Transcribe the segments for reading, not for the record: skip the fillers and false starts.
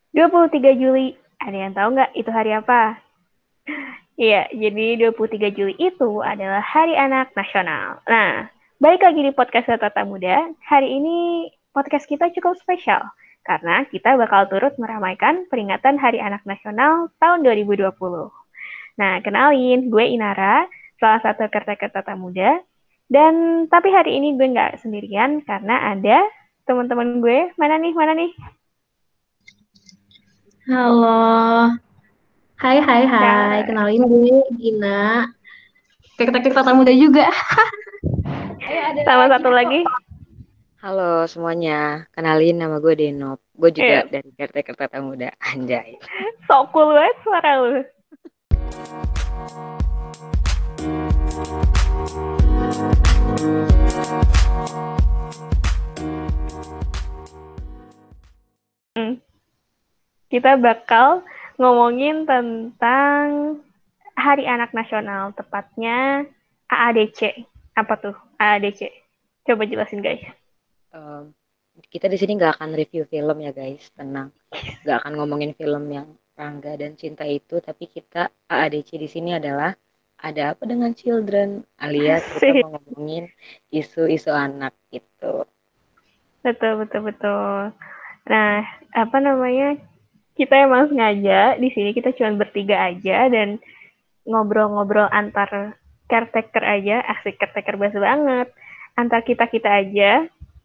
23 Juli, ada yang tahu nggak itu hari apa? Iya, jadi 23 Juli itu adalah Hari Anak Nasional. Nah, balik lagi di podcast Tata Muda. Hari ini podcast kita cukup spesial karena kita bakal turut meramaikan peringatan Hari Anak Nasional tahun 2020. Nah, kenalin, gue Inara, salah satu caretaker Tata Muda. Dan tapi hari ini gue nggak sendirian karena ada teman-teman gue. Mana nih, mana nih? Halo, hai, Ya, kenalin gue Gina, tek-tek tata muda juga. Ayo ada sama satu Gina kok. lagi. Halo semuanya, kenalin nama gue Denop. Gue juga Yes. dari Caretaker Tata Muda, anjay. Sok cool banget suara lu. Kita bakal ngomongin tentang Hari Anak Nasional, tepatnya AADC. Apa tuh AADC? Coba jelasin guys. Em, kita di sini nggak akan review film ya guys, tenang. Nggak akan ngomongin film yang Rangga dan Cinta itu, tapi kita AADC di sini adalah ada apa dengan children, alias kita Asik. mau ngomongin isu-isu anak gitu. Betul, betul, betul. Nah, apa namanya? Kita emang sengaja di sini kita cuma bertiga aja dan ngobrol-ngobrol antar caretaker aja, asik caretaker bahasa banget. Antar kita-kita aja.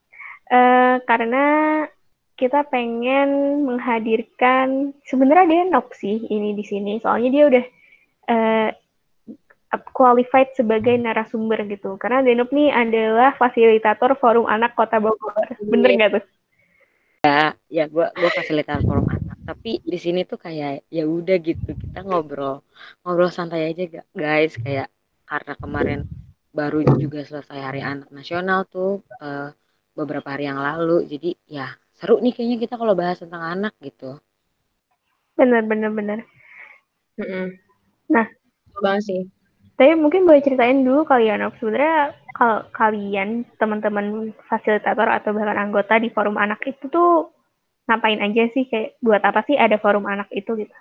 Karena kita pengen menghadirkan sebenarnya dia nok sih ini di sini. Soalnya dia udah uh, qualified sebagai narasumber gitu. Karena Denop nih adalah fasilitator Forum Anak Kota Bogor. Bener Iya. nggak tuh? Ya gue fasilitator forum anak, tapi di sini tuh kayak ya udah gitu, kita ngobrol ngobrol santai aja guys, kayak karena kemarin baru juga selesai Hari Anak Nasional tuh, beberapa hari yang lalu, jadi ya seru nih kayaknya kita kalau bahas tentang anak gitu. Bener, bener, bener. Mm-mm. Nah, Betul banget sih. tapi mungkin boleh ceritain dulu kalian, sebenarnya kalau kalian teman-teman fasilitator atau bahkan anggota di forum anak itu tuh ngapain aja sih, kayak buat apa sih ada forum anak itu gitu?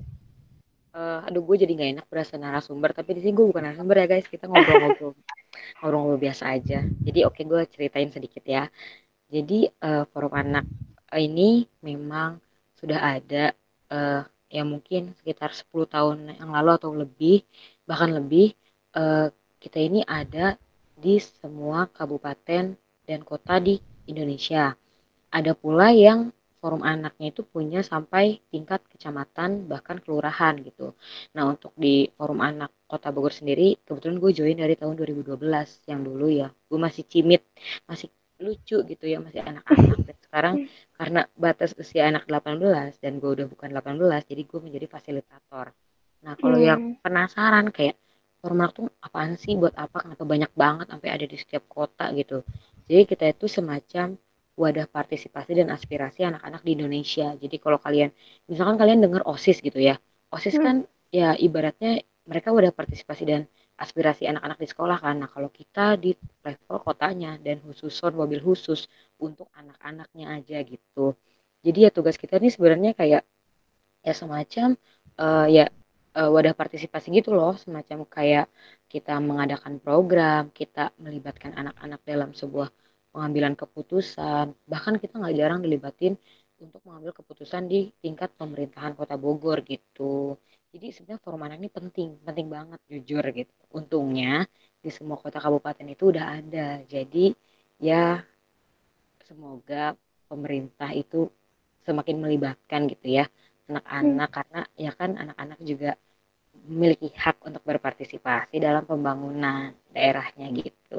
Aduh, gue jadi nggak enak berasa narasumber, tapi di sini gue bukan narasumber ya guys, kita ngobrol-ngobrol ngobrol-ngobrol biasa aja. Jadi oke, gue ceritain sedikit ya. Jadi forum anak ini memang sudah ada, eh, ya mungkin sekitar 10 tahun yang lalu atau lebih, bahkan lebih. eh, kita ini ada di semua kabupaten dan kota di Indonesia. Ada pula yang forum anaknya itu punya sampai tingkat kecamatan bahkan kelurahan gitu. Nah, untuk di forum anak Kota Bogor sendiri, kebetulan gue join dari tahun 2012 yang dulu ya. Gue masih cimit, masih lucu gitu ya, masih anak-anak. Dan sekarang karena batas usia anak 18 dan gue udah bukan 18, jadi gue menjadi fasilitator. Nah, kalau yang Hmm. penasaran kayak forum anak tuh apaan sih, buat apa, kenapa banyak banget sampai ada di setiap kota gitu. Jadi kita itu semacam wadah partisipasi dan aspirasi anak-anak di Indonesia. Jadi kalau kalian, misalkan kalian dengar OSIS gitu ya, OSIS Hmm. kan ya ibaratnya mereka wadah partisipasi dan aspirasi anak-anak di sekolah kan. Nah kalau kita di level kotanya dan khusus mobil khusus untuk anak-anaknya aja gitu. Jadi ya tugas kita ini sebenarnya kayak ya semacam ya wadah partisipasi gitu loh, semacam kayak kita mengadakan program, kita melibatkan anak-anak dalam sebuah pengambilan keputusan, bahkan kita nggak jarang dilibatin untuk mengambil keputusan di tingkat pemerintahan Kota Bogor gitu. Jadi sebenarnya forum anak ini penting, penting banget jujur gitu. Untungnya di semua kota kabupaten itu udah ada. Jadi ya semoga pemerintah itu semakin melibatkan gitu ya Hmm. anak-anak, karena ya kan anak-anak juga memiliki hak untuk berpartisipasi dalam pembangunan daerahnya gitu.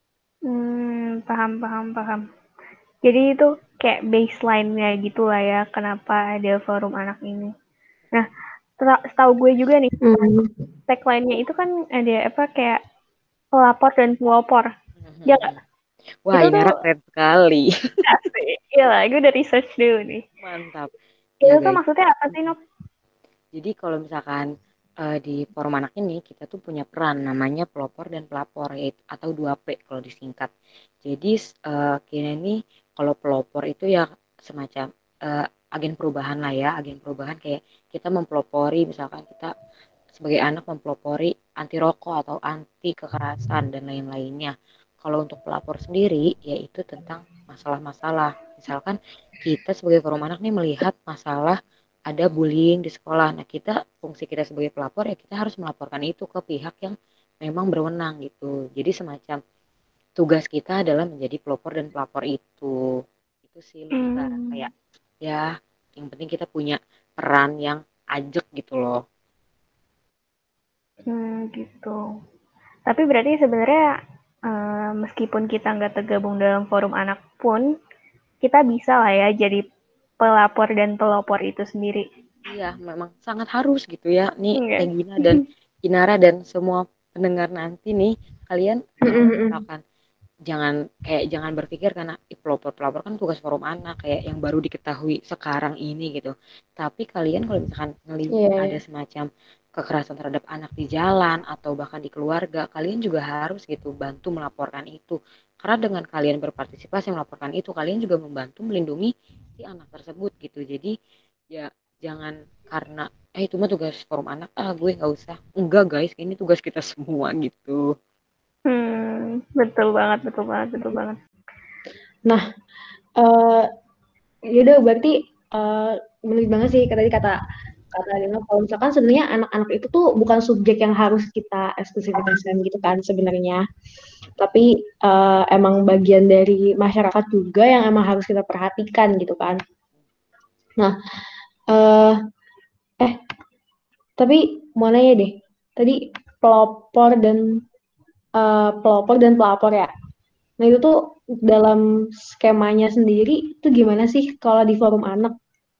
Paham, paham, paham. Jadi itu kayak baseline-nya gitu lah ya, kenapa ada forum anak ini. Nah, setahu gue juga nih, Hmm. tagline-nya itu kan ada apa kayak pelapor dan pelopor. Ya nggak? Wah, Itu tuh Inara keren sekali. asik. Iya lah, gue udah research dulu nih. Mantap. Ya Itu tuh guys. maksudnya apa sih, Nok? Jadi kalau misalkan di forum anak ini kita tuh punya peran namanya pelopor dan pelapor, yaitu atau 2P kalau disingkat. Jadi kita ini kalau pelopor itu ya semacam agen perubahan lah ya, agen perubahan kayak kita mempelopori, misalkan kita sebagai anak mempelopori anti rokok atau anti kekerasan dan lain-lainnya. Kalau untuk pelapor sendiri, yaitu tentang masalah-masalah. Misalkan kita sebagai forum anak nih melihat masalah ada bullying di sekolah. Nah, fungsi kita sebagai pelapor ya kita harus melaporkan itu ke pihak yang memang berwenang gitu. Jadi semacam tugas kita adalah menjadi pelopor dan pelapor itu. Itu sih lebih ke arah kayak ya yang penting kita punya peran yang ajak gitu loh. Gitu. Tapi berarti sebenarnya meskipun kita nggak tergabung dalam forum anak pun, kita bisa lah ya jadi pelapor dan pelopor itu sendiri. Iya, memang sangat harus gitu ya. Nih, Iya. Tegina dan Kinara dan semua pendengar nanti nih, kalian misalkan jangan berpikir karena pelopor-pelopor kan tugas forum anak kayak yang baru diketahui sekarang ini gitu. Tapi kalian kalau misalkan Iya, ada iya. semacam kekerasan terhadap anak di jalan atau bahkan di keluarga, kalian juga harus gitu bantu melaporkan itu. Karena dengan kalian berpartisipasi melaporkan itu, kalian juga membantu melindungi si anak tersebut gitu. Jadi ya jangan karena itu mah tugas forum anak, gue nggak usah. Enggak guys, ini tugas kita semua gitu. Betul banget, betul banget, betul banget. Nah, eh yaudah berarti bener banget sih tadi kata kata Dina kalau misalkan sebenarnya anak-anak itu tuh bukan subjek yang harus kita eksklusifikasikan gitu kan sebenarnya. Tapi emang bagian dari masyarakat juga yang emang harus kita perhatikan gitu kan. Nah, eh eh tapi mau nanya deh. Tadi pelopor dan pelopor dan pelapor ya. Nah, itu tuh dalam skemanya sendiri itu gimana sih kalau di forum anak?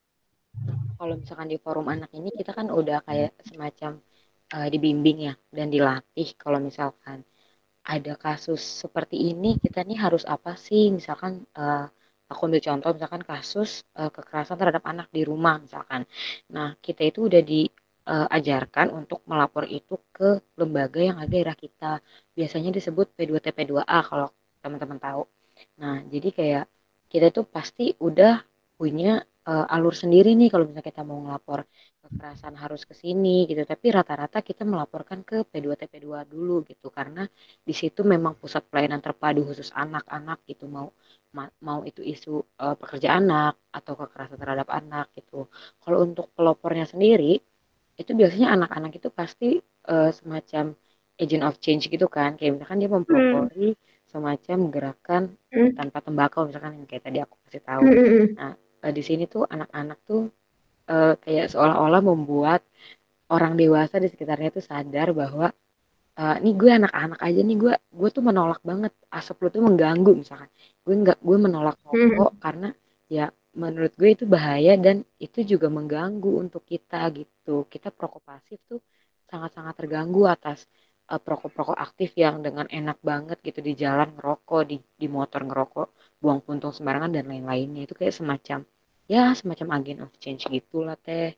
Kalau misalkan di forum anak ini kita kan udah kayak semacam dibimbing ya dan dilatih kalau misalkan ada kasus seperti ini kita nih harus apa sih misalkan aku ambil contoh misalkan kasus kekerasan terhadap anak di rumah misalkan. Nah, kita itu udah diajarkan untuk melapor itu ke lembaga yang ada daerah kita. Biasanya disebut P2T P2A kalau teman-teman tahu. Nah, jadi kayak kita tuh pasti udah punya alur sendiri nih kalau misalnya kita mau ngelapor kekerasan harus ke sini gitu. Tapi rata-rata kita melaporkan ke P2T P2 dulu gitu karena di situ memang pusat pelayanan terpadu khusus anak-anak gitu mau itu isu pekerja anak atau kekerasan terhadap anak gitu. Kalau untuk pelopornya sendiri itu biasanya anak-anak itu pasti semacam agent of change gitu kan kayak misalkan dia Hmm. mempelopori semacam gerakan Hmm, tanpa tembakau misalkan yang kayak tadi aku kasih tahu. hmm, hmm, hmm. Nah, di sini tuh anak-anak tuh kayak seolah-olah membuat orang dewasa di sekitarnya tuh sadar bahwa nih gue anak-anak aja nih gue tuh menolak banget asap lu tuh mengganggu misalkan gue menolak Hmm, rokok karena ya menurut gue itu bahaya dan itu juga mengganggu untuk kita gitu kita perokok pasif tuh sangat-sangat terganggu atas perokok-perokok aktif yang dengan enak banget gitu di jalan ngerokok di motor ngerokok buang puntung sembarangan dan lain-lainnya itu kayak semacam agent of change gitulah teh.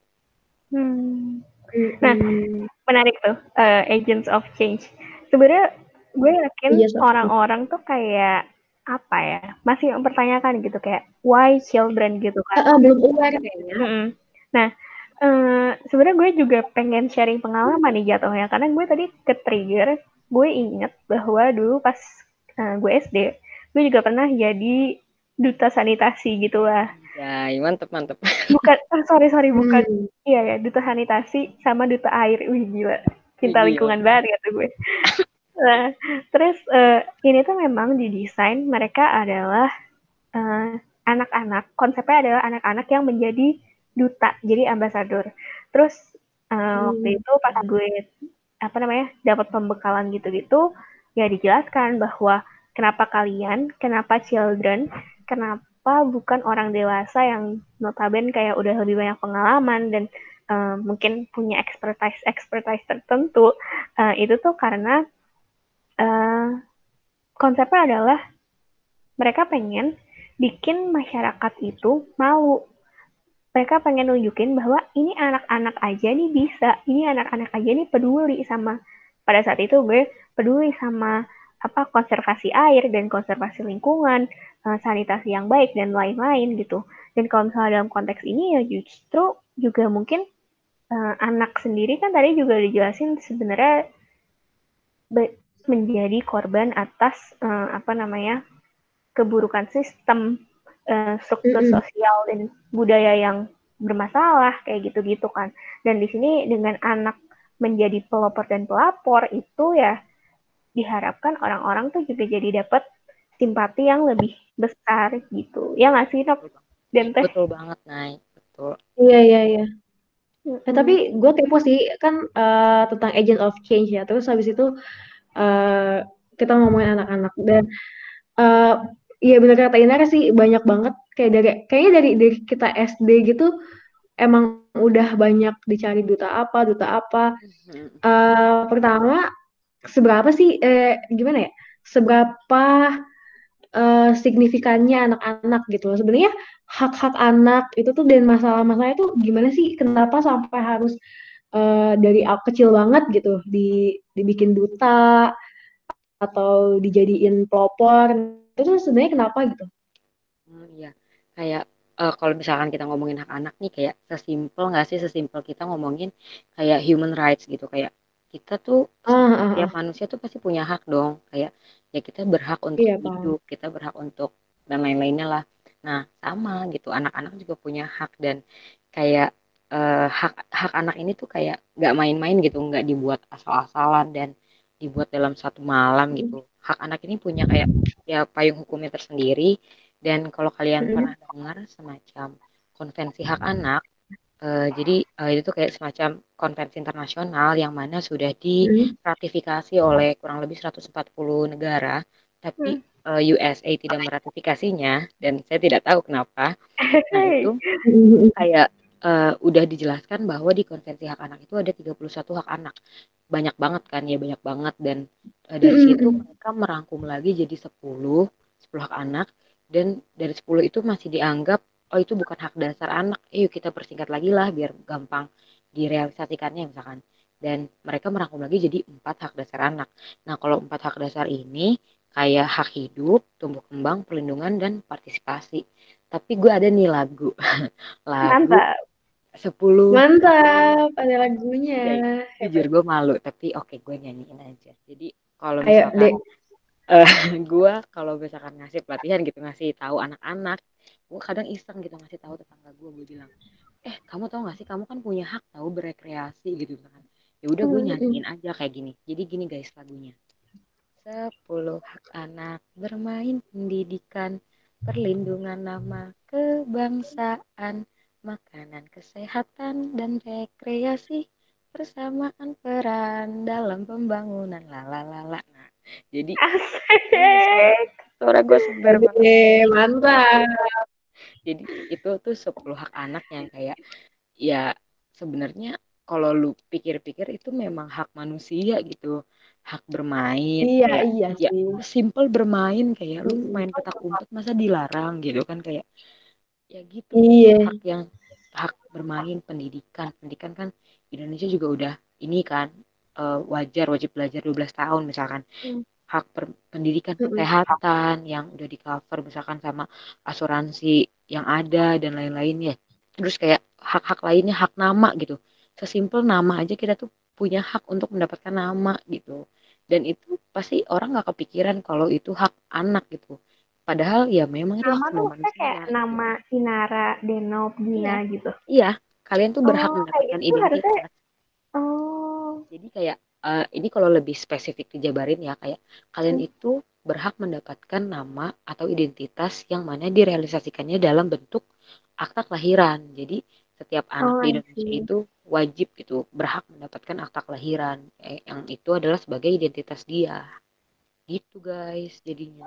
Hmm. Nah, hmm. menarik tuh, agents of change. Sebenarnya gue yakin Iya, so. orang-orang tuh kayak apa ya, masih mempertanyakan gitu kayak why children gitu kan. Belum aware kayaknya. Mm-mm. Nah, sebenarnya gue juga pengen sharing pengalaman nih jatuhnya karena gue tadi ke-trigger, gue inget bahwa dulu pas gue SD, gue juga pernah jadi duta sanitasi gitu lah. Ya, mantep mantep. Bukan, sorry, bukan. Hmm. Iya ya, duta sanitasi sama duta air. Wih, gila. Cinta Gila. lingkungan banget kata gue. Nah, terus ini tuh memang didesain mereka adalah anak-anak. Konsepnya adalah anak-anak yang menjadi duta, jadi ambasador. Terus waktu Hmm. itu pas gue apa namanya dapat pembekalan gitu-gitu, ya dijelaskan bahwa kenapa children, kenapa bukan orang dewasa yang notabene kayak udah lebih banyak pengalaman dan mungkin punya expertise tertentu. Itu tuh karena uh, konsepnya adalah mereka pengen bikin masyarakat itu malu. Mereka pengen nunjukin bahwa ini anak-anak aja nih bisa, ini anak-anak aja nih peduli sama, pada saat itu gue peduli sama apa konservasi air dan konservasi lingkungan, sanitasi yang baik dan lain-lain gitu. Dan kalau misalnya dalam konteks ini ya justru juga mungkin anak sendiri kan tadi juga dijelasin sebenarnya menjadi korban atas keburukan sistem struktur sosial dan budaya yang bermasalah kayak gitu-gitu kan. Dan di sini dengan anak menjadi pelopor dan pelapor itu ya diharapkan orang-orang tuh juga jadi dapat simpati yang lebih besar gitu. Ya nggak sih, Nok? Dan Teh? Betul banget, Nay. Betul. Iya. Tapi gue kepo sih kan tentang agent of change ya. Terus habis itu kita ngomongin anak-anak dan iya benar kata Inara sih banyak banget kayaknya dari kita SD gitu emang udah banyak dicari duta apa. Pertama seberapa sih gimana ya? Seberapa signifikannya anak-anak gitu loh. Sebenarnya hak-hak anak itu tuh dan masalah-masalahnya tuh gimana sih? Kenapa sampai harus dari kecil banget gitu dibikin duta atau dijadiin pelopor itu tuh sebenarnya kenapa gitu? Iya, kayak kalau misalkan kita ngomongin hak anak nih kayak sesimpel nggak sih sesimpel kita ngomongin kayak human rights gitu kayak kita tuh setiap Ah. manusia tuh pasti punya hak dong kayak ya kita berhak untuk Iya paham. hidup, kita berhak untuk dan lain-lainnya lah. Nah, sama gitu anak-anak juga punya hak dan kayak hak hak anak ini tuh kayak nggak main-main gitu, nggak dibuat asal-asalan dan dibuat dalam satu malam gitu. Hak anak ini punya kayak ya payung hukumnya tersendiri dan kalau kalian pernah dengar semacam konvensi hak anak, jadi itu tuh kayak semacam konvensi internasional yang mana sudah diratifikasi oleh kurang lebih 140 negara, tapi USA tidak meratifikasinya dan saya tidak tahu kenapa. Nah, itu kayak udah dijelaskan bahwa di konvensi hak anak itu ada 31 hak anak. Banyak banget kan ya, banyak banget dan dari situ mereka merangkum lagi jadi 10 hak anak dan dari 10 itu masih dianggap oh itu bukan hak dasar anak. Yuk kita persingkat lagi lah biar gampang direalisasikannya misalkan. Dan mereka merangkum lagi jadi 4 hak dasar anak. Nah, kalau 4 hak dasar ini kayak hak hidup, tumbuh kembang, perlindungan, dan partisipasi. Tapi gue ada nih lagu. Lagu Mantap. 10 Mantap, ada lagunya. ya, jujur gue malu tapi oke gue nyanyiin aja jadi kalau Ayo, misalkan Dek. gue kalau misalkan ngasih pelatihan gitu ngasih tahu anak-anak gue kadang iseng gitu ngasih tahu tetangga gue bilang kamu tahu gak sih kamu kan punya hak tahu berekreasi gitu kan ya udah gue nyanyiin aja kayak gini jadi gini guys lagunya 10 hak anak bermain pendidikan perlindungan nama kebangsaan makanan kesehatan dan rekreasi persamaan peran dalam pembangunan lalalala nah jadi Asik. suara gue sebar banget Oke, mantap. jadi itu tuh 10 hak anak yang kayak ya sebenarnya kalau lu pikir-pikir itu memang hak manusia gitu hak bermain kayak Iya ya sih. simple bermain kayak lu main petak umpet masa dilarang gitu kan kayak ya gitu Iya. hak yang hak bermain pendidikan kan Indonesia juga udah ini kan wajib belajar 12 tahun misalkan hak pendidikan kesehatan yang udah di cover misalkan sama asuransi yang ada dan lain-lain ya terus kayak hak-hak lainnya hak nama gitu sesimpel nama aja kita tuh punya hak untuk mendapatkan nama gitu dan itu pasti orang nggak kepikiran kalau itu hak anak gitu padahal ya memang itu hak Nama tuh semua maksudnya manusia kayak gitu nama Inara, Denop, iya Gina gitu. iya kalian tuh berhak Oh, kayak mendapatkan gitu tuh harusnya. identitas Oh. jadi kayak ini kalau lebih spesifik dijabarin ya kayak kalian itu berhak mendapatkan nama atau identitas yang mana direalisasikannya dalam bentuk akta kelahiran. Jadi setiap anak Oh, di I Indonesia see. itu wajib gitu berhak mendapatkan akta kelahiran yang itu adalah sebagai identitas dia. Gitu guys jadinya.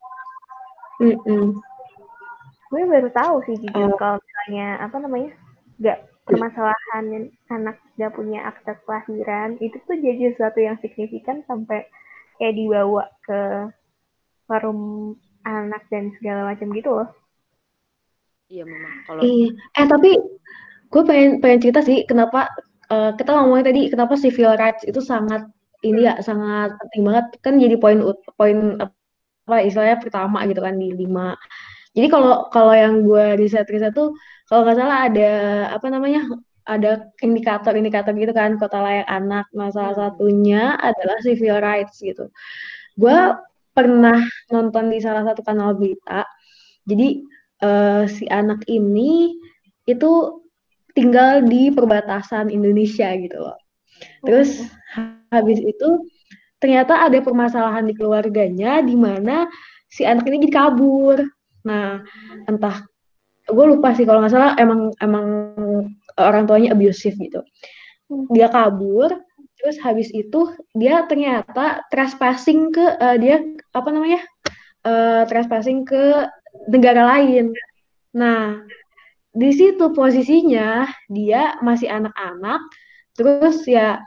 Gue baru tahu sih jujur kalau misalnya nggak permasalahan anak nggak punya akte kelahiran itu tuh jadi sesuatu yang signifikan sampai kayak dibawa ke forum anak dan segala macam gitu loh. Iya memang kalau Iya. Tapi gue pengen cerita sih kenapa kita ngomongin tadi kenapa civil rights itu sangat ini ya sangat penting banget kan jadi poin poin apa istilahnya pertama gitu kan di 5. Jadi kalau yang gue riset-riset tuh kalau nggak salah ada apa namanya ada indikator-indikator gitu kan kota layak anak. Nah salah satunya adalah civil rights gitu. Gue pernah nonton di salah satu kanal berita. Jadi si anak ini itu tinggal di perbatasan Indonesia gitu loh. Terus habis itu ternyata ada permasalahan di keluarganya di mana si anak ini jadi kabur. Nah, entah gue lupa sih kalau nggak salah emang emang orang tuanya abusive gitu. Dia kabur, terus habis itu dia ternyata trespassing ke dia apa namanya trespassing ke negara lain. Nah, di situ posisinya dia masih anak-anak, terus ya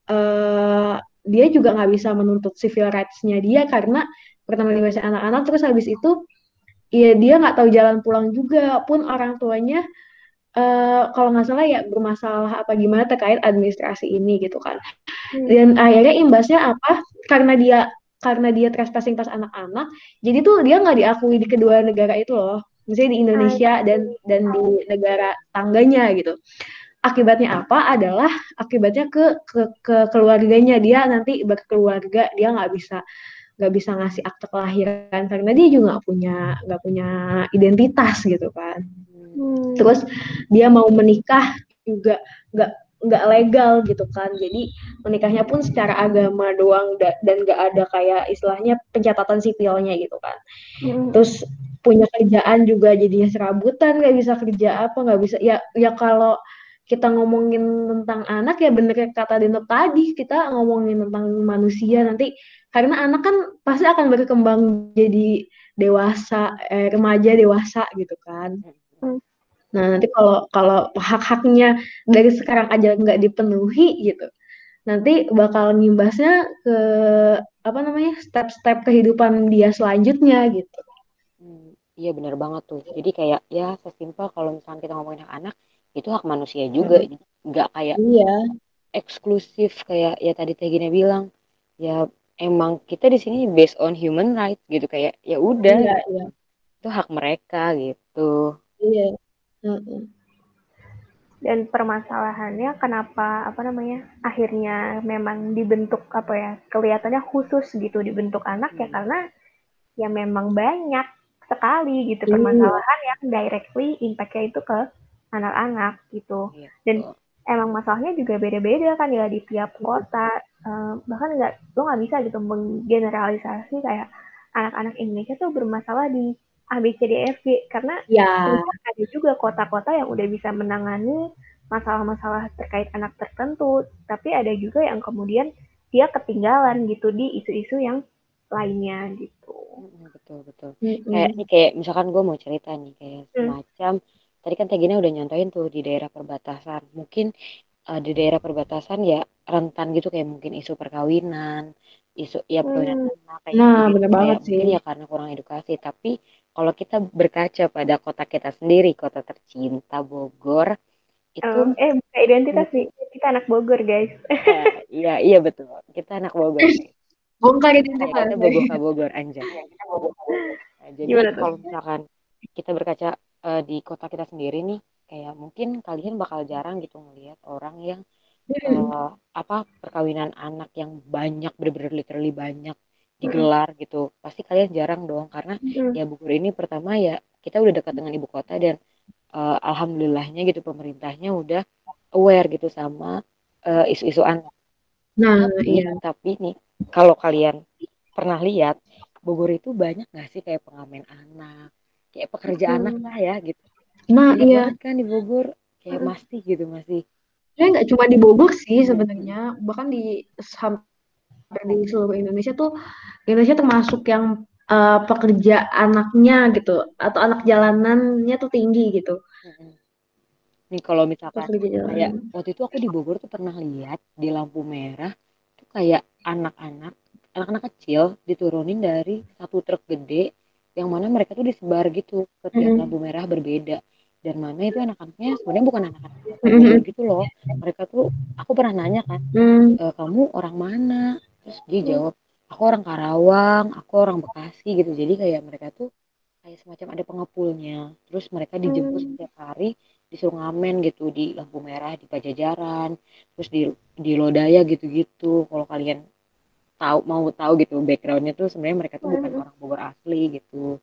dia juga nggak bisa menuntut civil rights-nya dia karena pertama dia masih anak-anak, terus habis itu ya dia nggak tahu jalan pulang juga pun orang tuanya kalau nggak salah ya bermasalah apa gimana terkait administrasi ini gitu kan. Dan akhirnya imbasnya apa? Karena dia trespassing pas anak-anak, jadi tuh dia nggak diakui di kedua negara itu loh. Misalnya di Indonesia dan di negara tangganya gitu. Akibatnya apa? Adalah akibatnya ke keluarganya dia nanti berkeluarga dia nggak bisa ngasih akte kelahiran karena dia juga nggak punya identitas gitu kan. Terus dia mau menikah juga nggak nggak legal gitu kan. Jadi menikahnya pun secara agama doang dan nggak ada kayak istilahnya pencatatan sipilnya gitu kan. Terus punya kerjaan juga jadinya serabutan, nggak bisa kerja apa, nggak bisa ya kalau kita ngomongin tentang anak ya bener kata Dino tadi kita ngomongin tentang manusia nanti karena anak kan pasti akan berkembang jadi dewasa remaja dewasa gitu kan. Nah, nanti kalau hak-haknya dari sekarang aja nggak dipenuhi gitu, nanti bakal ngimbasnya ke apa namanya step-step kehidupan dia selanjutnya gitu. Iya benar banget tuh. Jadi kayak ya sesimpel kalau misalnya kita ngomongin hak anak itu hak manusia juga. Jadi nggak kayak Iya, eksklusif kayak ya tadi Teh Gina bilang. Ya emang kita di sini based on human right gitu kayak ya udah iya, gitu. iya, Itu hak mereka gitu. iya. Heeh. Dan permasalahannya kenapa apa namanya akhirnya memang dibentuk apa ya kelihatannya khusus gitu dibentuk anak ya karena ya memang banyak sekali gitu Iya. permasalahan yang directly impact-nya itu ke anak-anak gitu. Iya. Dan emang masalahnya juga beda-beda kan ya di tiap kota. Bahkan lo nggak bisa gitu menggeneralisasi kayak anak-anak Indonesia tuh bermasalah di A B C D F G karena Ya. ada juga kota-kota yang udah bisa menangani masalah-masalah terkait anak tertentu, tapi ada juga yang kemudian dia ketinggalan gitu di isu-isu yang lainnya gitu. Betul betul. Kayak Mm-mm. ini kayak misalkan gue mau cerita nih kayak semacam tadi kan Teh Gina udah nyontoin tuh di daerah perbatasan. Mungkin di daerah perbatasan ya rentan gitu kayak mungkin isu perkawinan, isu ya perkawinan anak kayak Nah, gitu bener kayak banget sih. mungkin ya karena kurang edukasi. Tapi kalau kita berkaca pada kota kita sendiri, kota tercinta Bogor itu Bukan identitas sih, kita anak Bogor guys. iya iya betul. Kita anak Bogor, guys. Bongkar Ya identitas. kita Bogoka Bogor anjay. Nah, jadi Gimana tuh? kalau misalkan kita berkaca di kota kita sendiri nih, kayak mungkin kalian bakal jarang gitu ngelihat orang yang eh, apa perkawinan anak yang banyak bener-bener literally banyak digelar gitu. Pasti kalian jarang dong karena ya Bogor ini pertama ya kita udah dekat dengan ibu kota dan alhamdulillahnya gitu pemerintahnya udah aware gitu sama isu-isu anak. Nah, Tapi iya. tapi nih kalau kalian pernah lihat Bogor itu banyak gak sih kayak pengamen anak, kayak pekerja anak lah ya gitu. Nah, Banyak iya. banget kan di Bogor kayak masih gitu masih. Sebenarnya nggak cuma di Bogor sih Mm-mm. sebenarnya, bahkan hampir di seluruh Indonesia tuh Indonesia termasuk yang pekerja anaknya gitu atau anak jalanannya tuh tinggi gitu. Mm-mm. Nih kalau misalkan Pekerja kayak jalanan. waktu itu aku di Bogor tuh pernah lihat di lampu merah tuh kayak anak-anak anak-anak kecil diturunin dari satu truk gede yang mana mereka tuh disebar gitu ke tiap lampu Mm-mm. merah berbeda dan mana itu anak-anaknya sebenarnya bukan anak-anak asal Bogor Mm-mm. gitu loh. Mereka tuh aku pernah nanya kan, Mm. Kamu orang mana? Terus dia jawab, aku orang Karawang, aku orang Bekasi gitu. Jadi kayak mereka tuh kayak kayak semacam ada pengepulnya. Terus mereka dijemput setiap hari disuruh ngamen gitu di lampu merah di Pajajaran, terus di Lodaya gitu-gitu. Kalau kalian mau tahu gitu backgroundnya tuh sebenarnya mereka tuh bukan orang Bogor asli gitu.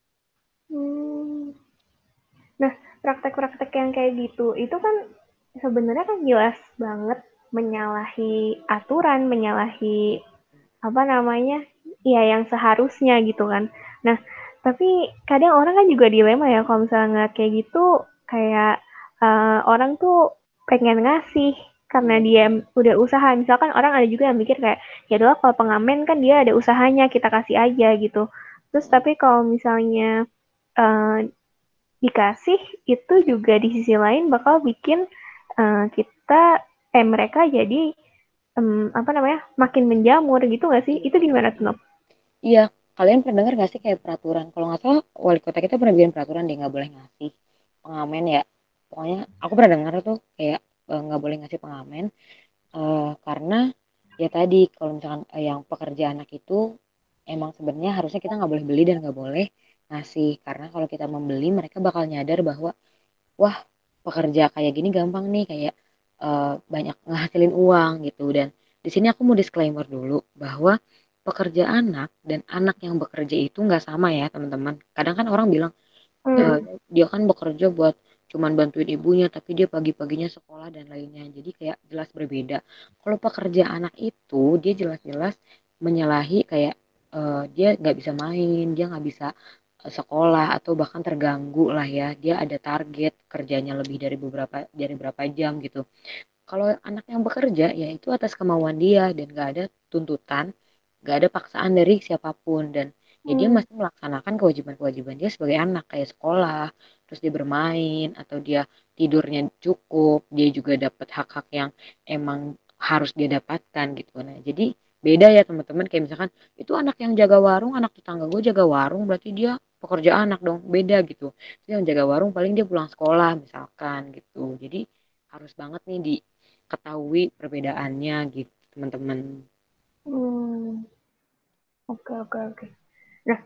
Hmm. Nah, praktek-praktek yang kayak gitu, itu kan sebenarnya kan jelas banget menyalahi aturan, menyalahi apa namanya, ya yang seharusnya gitu kan. Nah, tapi kadang orang kan juga dilema ya kalau misalnya ngeliat kayak gitu, kayak orang tuh pengen ngasih karena Iya. dia udah usaha. Misalkan orang ada juga yang mikir kayak, ya adalah kalau pengamen kan dia ada usahanya, kita kasih aja gitu. Terus tapi kalau misalnya eh, dikasih itu juga di sisi lain bakal bikin kita mereka jadi apa namanya makin menjamur gitu nggak sih? Iya. Itu gimana tuh Nop? Iya, kalian pernah dengar gak sih kayak peraturan? Kalau nggak salah, wali kota kita pernah bikin peraturan dia nggak boleh ngasih pengamen ya. Pokoknya aku pernah dengar tuh kayak nggak boleh ngasih pengamen karena ya tadi kalau misalkan yang pekerja anak itu emang sebenarnya harusnya kita nggak boleh beli dan nggak boleh ngasih karena kalau kita membeli mereka bakal nyadar bahwa wah pekerja kayak gini gampang nih kayak banyak ngasilin uang gitu dan di sini aku mau disclaimer dulu bahwa pekerja anak dan anak yang bekerja itu nggak sama ya teman-teman. Kadang kan orang bilang Hmm. dia kan bekerja buat cuman bantuin ibunya tapi dia pagi-paginya sekolah dan lainnya. Jadi kayak jelas berbeda. Kalau pekerja anak itu dia jelas-jelas menyalahi kayak dia nggak bisa main, dia nggak bisa sekolah atau bahkan terganggu lah ya. Dia ada target kerjanya lebih dari berapa jam gitu. Kalau anak yang bekerja ya itu atas kemauan dia dan gak ada tuntutan, gak ada paksaan dari siapapun dan ya dia Hmm. masih melaksanakan kewajiban-kewajiban dia sebagai anak kayak sekolah, terus dia bermain atau dia tidurnya cukup, dia juga dapat hak-hak yang emang harus dia dapatkan gitu. Nah, jadi beda ya teman-teman kayak misalkan itu anak yang jaga warung, anak tetangga gue jaga warung berarti dia pekerja anak dong, beda gitu. Terus yang jaga warung paling dia pulang sekolah misalkan gitu. Jadi harus banget nih ketahui perbedaannya gitu teman-teman. Hmm. Oke, oke, oke. Nah,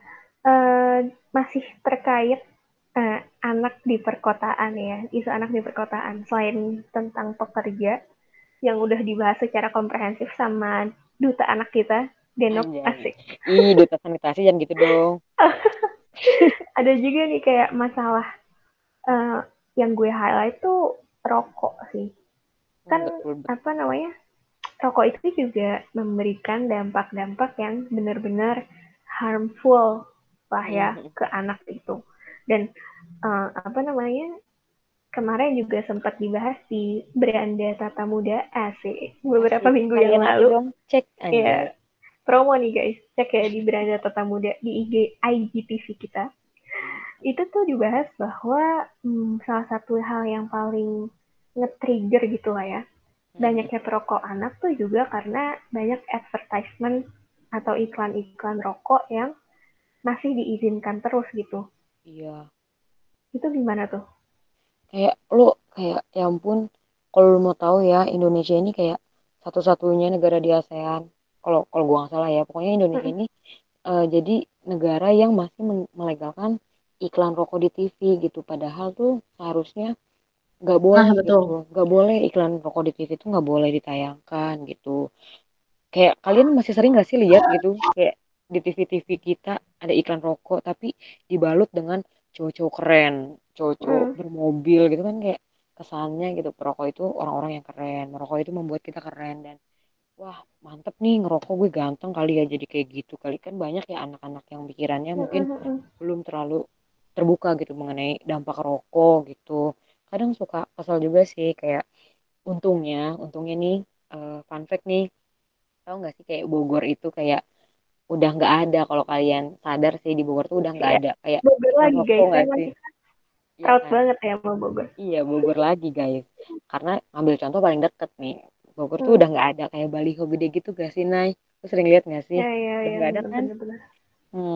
masih terkait anak di perkotaan ya, isu anak di perkotaan. Selain tentang pekerja yang udah dibahas secara komprehensif sama duta anak kita, Denok Anjay. asik. Ih, duta sanitasi jangan gitu dong. Ada juga nih kayak masalah eh, yang gue highlight tuh rokok sih. Kan Betul betul. apa namanya? Rokok itu juga memberikan dampak-dampak yang benar-benar harmful lah ya ke anak itu. Dan apa namanya? Kemarin juga sempat dibahas di Beranda Tata Muda asik beberapa Asik. minggu yang Kalian aja lalu. dong cek anjay. Ya, promo nih guys. Cek ya di Beranda Tata Muda di IGTV kita. Itu tuh dibahas bahwa salah satu hal yang paling nge-trigger gitu lah ya. Banyaknya perokok anak tuh juga karena banyak advertisement atau iklan-iklan rokok yang masih diizinkan terus gitu. Iya. Itu gimana tuh? Kayak lu kayak ya ampun kalau lu mau tahu ya Indonesia ini kayak satu-satunya negara di ASEAN. Kalau kalau gua nggak salah ya, pokoknya Indonesia ini jadi negara yang masih melegalkan iklan rokok di TV gitu. Padahal tuh seharusnya nggak Nah, boleh gitu, betul. nggak boleh iklan rokok di TV itu nggak boleh ditayangkan gitu. Kayak kalian masih sering gak sih lihat gitu kayak di TV-TV kita ada iklan rokok tapi dibalut dengan cowok-cowok keren, cowok-cowok Hmm, bermobil gitu kan kayak kesannya gitu perokok itu orang-orang yang keren, merokok itu membuat kita keren dan wah mantep nih ngerokok gue ganteng kali ya jadi kayak gitu kali kan banyak ya anak-anak yang pikirannya mungkin belum terlalu terbuka gitu mengenai dampak rokok gitu. Kadang suka kesel juga sih kayak untungnya nih fun fact nih tahu nggak sih kayak Bogor itu kayak udah nggak ada kalau kalian sadar sih di Bogor tuh udah nggak iya. ada kayak Bogor iklan lagi rokok guys. nggak Memang sih? kita Iya proud kan? banget ya sama Bogor. Iya Bogor lagi guys. Karena ngambil contoh paling deket nih. Bogor tuh Hmm. udah nggak ada kayak baliho gede gitu gak sih Nay? Lu sering lihat nggak sih? Ya, ya, Udah ya, nggak ada kan? bener-bener. Bener. Hmm.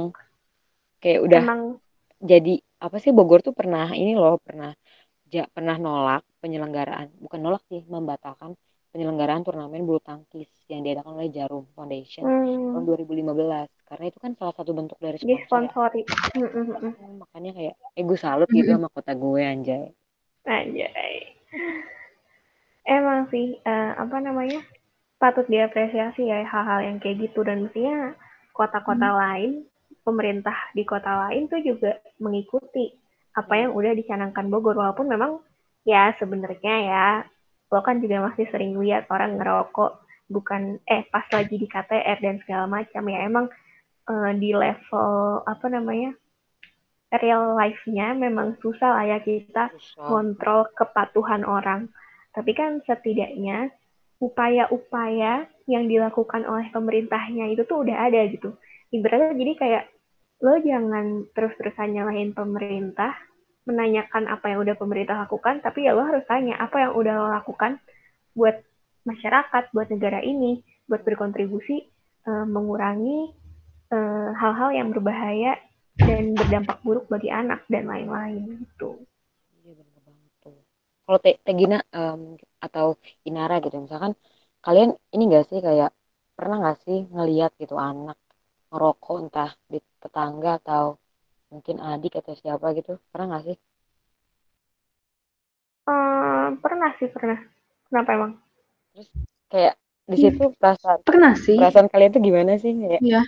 Kayak udah Emang, jadi apa sih Bogor tuh pernah ini loh pernah pernah nolak penyelenggaraan bukan nolak sih membatalkan penyelenggaraan turnamen bulu tangkis yang diadakan oleh Jarum Foundation tahun Hmm, 2015. Karena itu kan salah satu bentuk dari sponsor ya. disponsori. Mm-mm. Makanya kayak, gue salut gitu Mm-mm. sama kota gue anjay. Anjay. Emang sih, apa namanya, patut diapresiasi ya hal-hal yang kayak gitu. Dan mestinya kota-kota lain, pemerintah di kota lain tuh juga mengikuti apa yang udah dicanangkan Bogor. Walaupun memang ya sebenarnya ya, lo kan juga masih sering lihat orang ngerokok bukan pas lagi di KTR dan segala macam ya. Emang di level apa namanya, real life-nya memang susah lah ya kita Susah. ngontrol kepatuhan orang. Tapi kan setidaknya upaya-upaya yang dilakukan oleh pemerintahnya itu tuh udah ada gitu. Ibaratnya jadi kayak lo jangan terus-terusan nyalahin pemerintah, menanyakan apa yang udah pemerintah lakukan, tapi ya lo harus tanya apa yang udah lo lakukan buat masyarakat, buat negara ini, buat berkontribusi mengurangi hal-hal yang berbahaya dan berdampak buruk bagi anak dan lain-lain gitu. Iya bener banget tuh. Kalau Tegina atau Inara gitu, misalkan kalian ini gak sih kayak pernah gak sih ngeliat gitu anak ngerokok entah di tetangga atau mungkin adik atau siapa gitu, pernah gak sih? Pernah sih, pernah. Kenapa emang? Terus kayak di Iya, situ perasaan pernah sih. perasaan kalian tuh gimana sih kayak? Iya.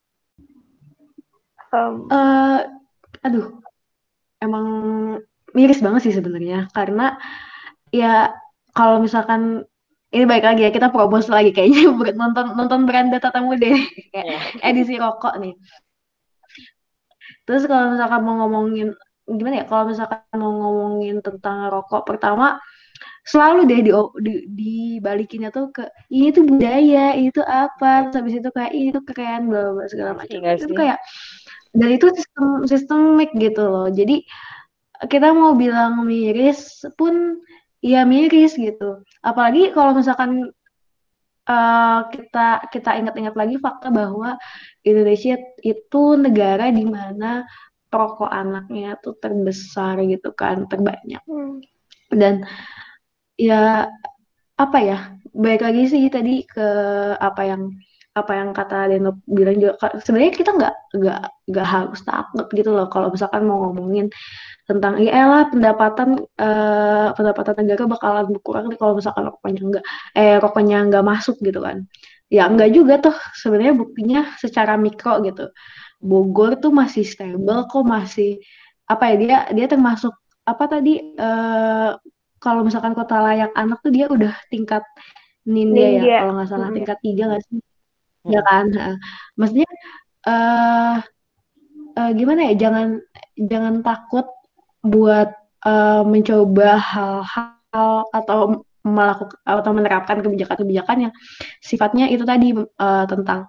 Um, eh Aduh, emang miris banget sih sebenarnya karena ya kalau misalkan ini baik lagi ya kita propose lagi kayaknya buat nonton nonton beranda tatamu deh kayak Ya. edisi rokok nih. Terus kalau misalkan mau ngomongin gimana ya? Kalau misalkan mau ngomongin tentang rokok, pertama selalu deh dibalikinnya tuh ke ini tuh budaya, ini tuh apa, Iya. terus habis itu kayak ini tuh keren, bla bla bla, segala Pasti macam. gak Itu sih? kayak dan itu sistemik gitu loh. Jadi kita mau bilang miris pun ya miris gitu. Apalagi kalau misalkan kita kita ingat-ingat lagi fakta bahwa Indonesia itu negara di mana perokok anaknya tuh terbesar gitu kan, terbanyak. hmm, Dan ya apa ya? Baik lagi sih tadi ke apa yang kata Deno bilang juga sebenarnya kita nggak harus takut gitu loh kalau misalkan mau ngomongin tentang ya elah pendapatan negara bakalan berkurang nih kalau misalkan rokoknya nggak masuk gitu kan. Ya enggak Hmm. juga tuh sebenarnya buktinya secara mikro gitu. Bogor tuh masih stable kok masih apa ya dia termasuk apa tadi kalau misalkan kota layak anak tuh dia udah tingkat Nindya ya ninja. kalau nggak salah Mm-mm. tingkat 3 nggak sih ya Mm-mm. kan. Maksudnya eh gimana ya jangan jangan takut buat mencoba hal-hal atau melakukan atau menerapkan kebijakan-kebijakan yang sifatnya itu tadi tentang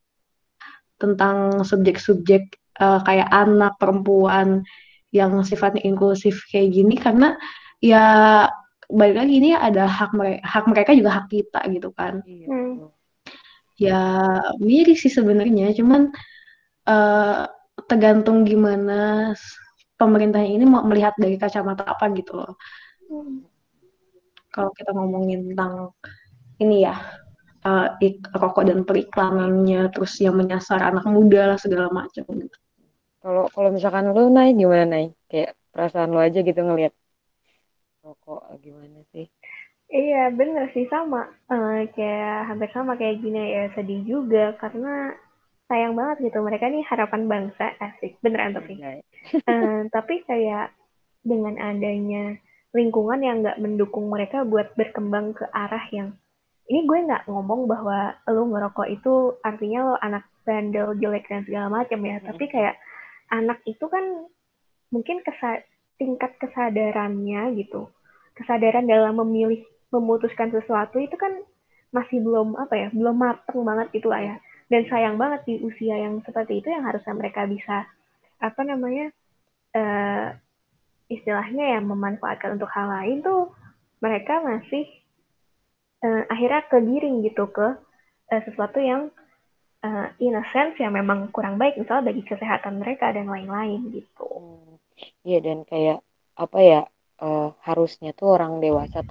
subjek-subjek kayak anak perempuan yang sifatnya inklusif kayak gini karena ya balik lagi ini ada hak mereka juga hak kita gitu kan Iya Hmm. betul. ya mirip sih sebenarnya cuman eh, tergantung gimana pemerintah ini mau melihat dari kacamata apa gitu loh. Hmm. Kalau kita ngomongin tentang ini ya, rokok dan periklanannya, terus yang menyasar anak muda lah segala macam gitu. Kalau kalau misalkan lu naik gimana naik? Kayak perasaan lu aja gitu ngelihat rokok gimana sih? Iya, bener sih sama. Kayak hampir sama kayak gini ya, sedih juga karena sayang banget gitu. Mereka nih harapan bangsa, asik. Beneran tapi. Anjay. Tapi kayak dengan adanya lingkungan yang nggak mendukung mereka buat berkembang ke arah yang ini gue nggak ngomong bahwa lo ngerokok itu artinya lo anak bandel jelek dan segala macam ya, tapi kayak anak itu kan mungkin tingkat kesadarannya gitu, kesadaran dalam memilih memutuskan sesuatu itu kan masih belum apa ya, belum mateng banget gitu lah Iya ya. betul. Dan Iya. sayang banget di usia yang seperti itu yang harusnya mereka bisa apa namanya, eh, istilahnya ya memanfaatkan untuk hal lain tuh mereka masih akhirnya kegiring gitu ke sesuatu yang in a sense yang memang kurang baik misalnya bagi kesehatan mereka dan lain-lain gitu. Hmm. Iya dan kayak apa ya harusnya tuh orang dewasa tuh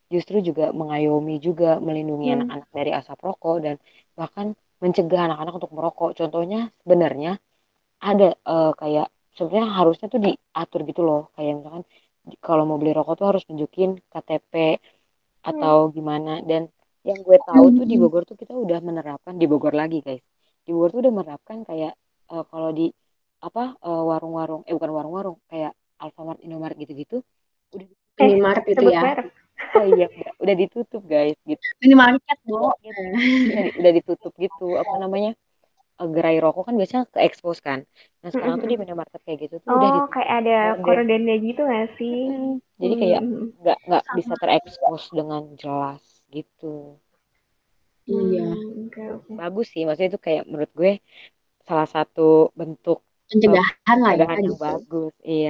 justru juga mengayomi juga melindungi anak-anak dari asap rokok dan bahkan mencegah anak-anak untuk merokok. Contohnya sebenarnya ada kayak sebenarnya harusnya tuh diatur gitu loh. Kayak misalkan kalau mau beli rokok tuh harus nunjukin KTP atau gimana. Dan yang gue tahu tuh di Bogor tuh kita udah menerapkan di Bogor lagi guys. Di Bogor tuh udah menerapkan kayak kalau di apa warung-warung bukan warung-warung kayak Alfamart, Indomaret gitu-gitu udah Minimarket itu sebut ya. merek. oh iya udah ditutup guys gitu. Minimarket, Bo. Gitu. Udah ditutup gitu apa namanya gerai rokok kan biasanya ke expose kan. Nah sekarang tuh di minimarket kayak gitu tuh udah Oh, kayak ditutup ada gorden. kordennya gitu nggak sih? Jadi kayak nggak bisa Sama. terekspos dengan jelas gitu. Iya. Oke, oke. Bagus sih, maksudnya itu kayak menurut gue salah satu bentuk Pencegahan lah ya pencegahan yang gitu. bagus. Iya.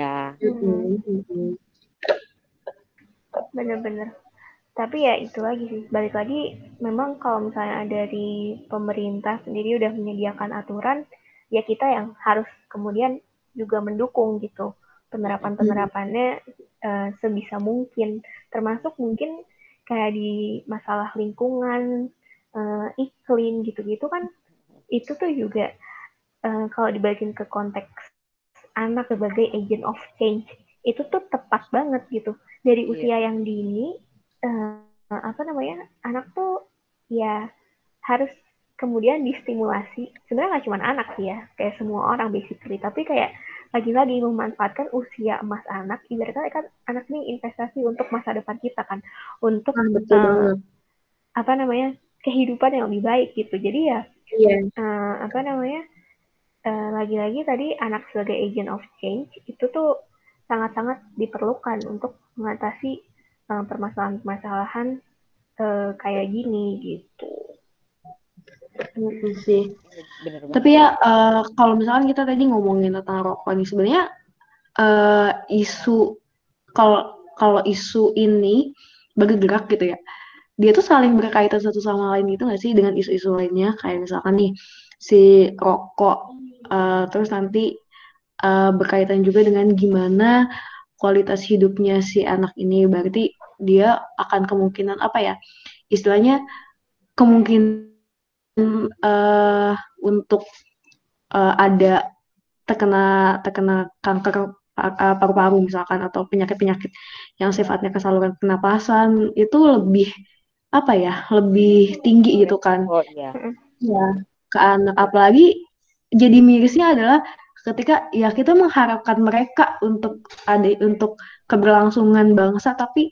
Bener-bener. Tapi ya itu lagi sih, balik lagi memang kalau misalnya dari pemerintah sendiri udah menyediakan aturan, ya kita yang harus kemudian juga mendukung gitu penerapan-penerapannya sebisa mungkin, termasuk mungkin kayak di masalah lingkungan, iklim gitu-gitu kan, itu tuh juga kalau dibalikin ke konteks anak sebagai agent of change itu tuh tepat banget gitu dari Iya. usia yang dini apa namanya anak tuh ya harus kemudian distimulasi sebenarnya nggak cuma anak sih ya kayak semua orang basically tapi kayak lagi-lagi memanfaatkan usia emas anak ibaratnya kan anak ini investasi untuk masa depan kita kan untuk Betul banget. apa namanya kehidupan yang lebih baik gitu jadi ya Iya. apa namanya lagi-lagi tadi anak sebagai agent of change itu tuh sangat-sangat diperlukan untuk mengatasi permasalahan-permasalahan kayak gini gitu. Sih. Bener banget. Tapi ya kalau misalkan kita tadi ngomongin tentang rokok nih sebenarnya isu kalau isu ini bergerak gitu ya dia tuh saling berkaitan satu sama lain gitu nggak sih dengan isu-isu lainnya kayak misalkan nih si rokok terus nanti berkaitan juga dengan gimana kualitas hidupnya si anak ini berarti dia akan kemungkinan apa ya istilahnya kemungkinan untuk ada terkena terkena kanker paru-paru misalkan atau penyakit-penyakit yang sifatnya ke saluran pernapasan itu lebih apa ya lebih tinggi gitu kan Oh iya. ya ke anak apalagi jadi mirisnya adalah ketika ya kita mengharapkan mereka untuk keberlangsungan bangsa tapi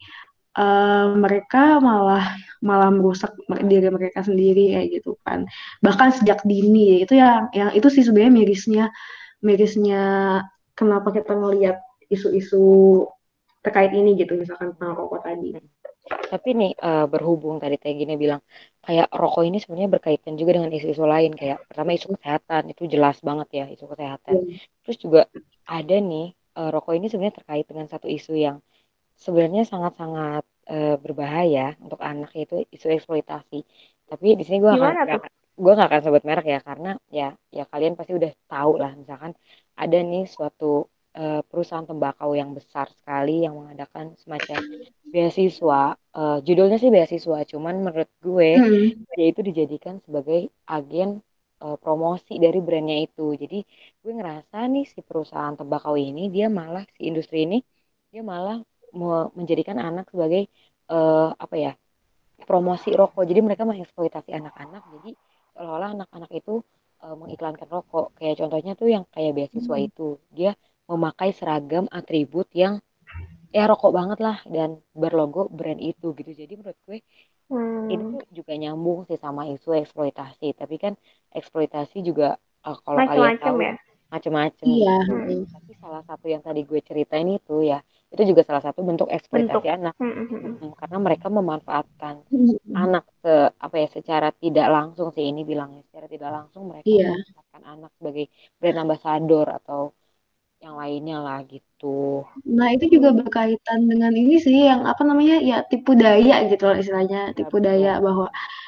mereka malah malah merusak diri mereka sendiri kayak gitu kan bahkan sejak dini ya itu yang itu sih sebenarnya mirisnya kenapa kita ngelihat isu-isu terkait ini gitu misalkan tentang rokok tadi. Tapi nih berhubung tadi Teh Gini bilang kayak rokok ini sebenarnya berkaitan juga dengan isu-isu lain kayak pertama isu kesehatan itu jelas banget ya isu kesehatan. Ya. Terus juga ada nih rokok ini sebenarnya terkait dengan satu isu yang sebenarnya sangat-sangat berbahaya untuk anak yaitu isu eksploitasi. Tapi di sini Gimana tuh? gue nggak akan sebut merek ya karena ya kalian pasti udah tahu lah misalkan ada nih suatu perusahaan tembakau yang besar sekali yang mengadakan semacam beasiswa. Judulnya sih beasiswa, cuman menurut gue dia itu dijadikan sebagai agen promosi dari brandnya itu. Jadi gue ngerasa nih si perusahaan tembakau ini dia malah si industri ini dia malah menjadikan anak sebagai apa ya promosi rokok. Jadi mereka mengeksploitasi anak-anak. Jadi seolah-olah anak-anak itu mengiklankan rokok. Kayak contohnya tuh yang kayak beasiswa itu dia memakai seragam atribut yang ya rokok banget lah dan berlogo brand itu gitu. Jadi menurut gue ini tuh juga nyambung sih sama isu eksploitasi. Tapi kan eksploitasi juga kalau kalian Macem-macem tahu ya. macem-macem Iya. gitu. Tapi salah satu yang tadi gue ceritain itu juga salah satu bentuk eksploitasi Bentuk. anak. Karena mereka memanfaatkan anak apa ya secara tidak langsung sih ini bilangnya secara tidak langsung mereka Iya. memanfaatkan anak sebagai brand ambassador atau yang lainnya lah gitu. Nah, itu juga berkaitan dengan ini sih yang apa namanya ya tipu daya gitu loh istilahnya Ya tipu daya betul. bahwa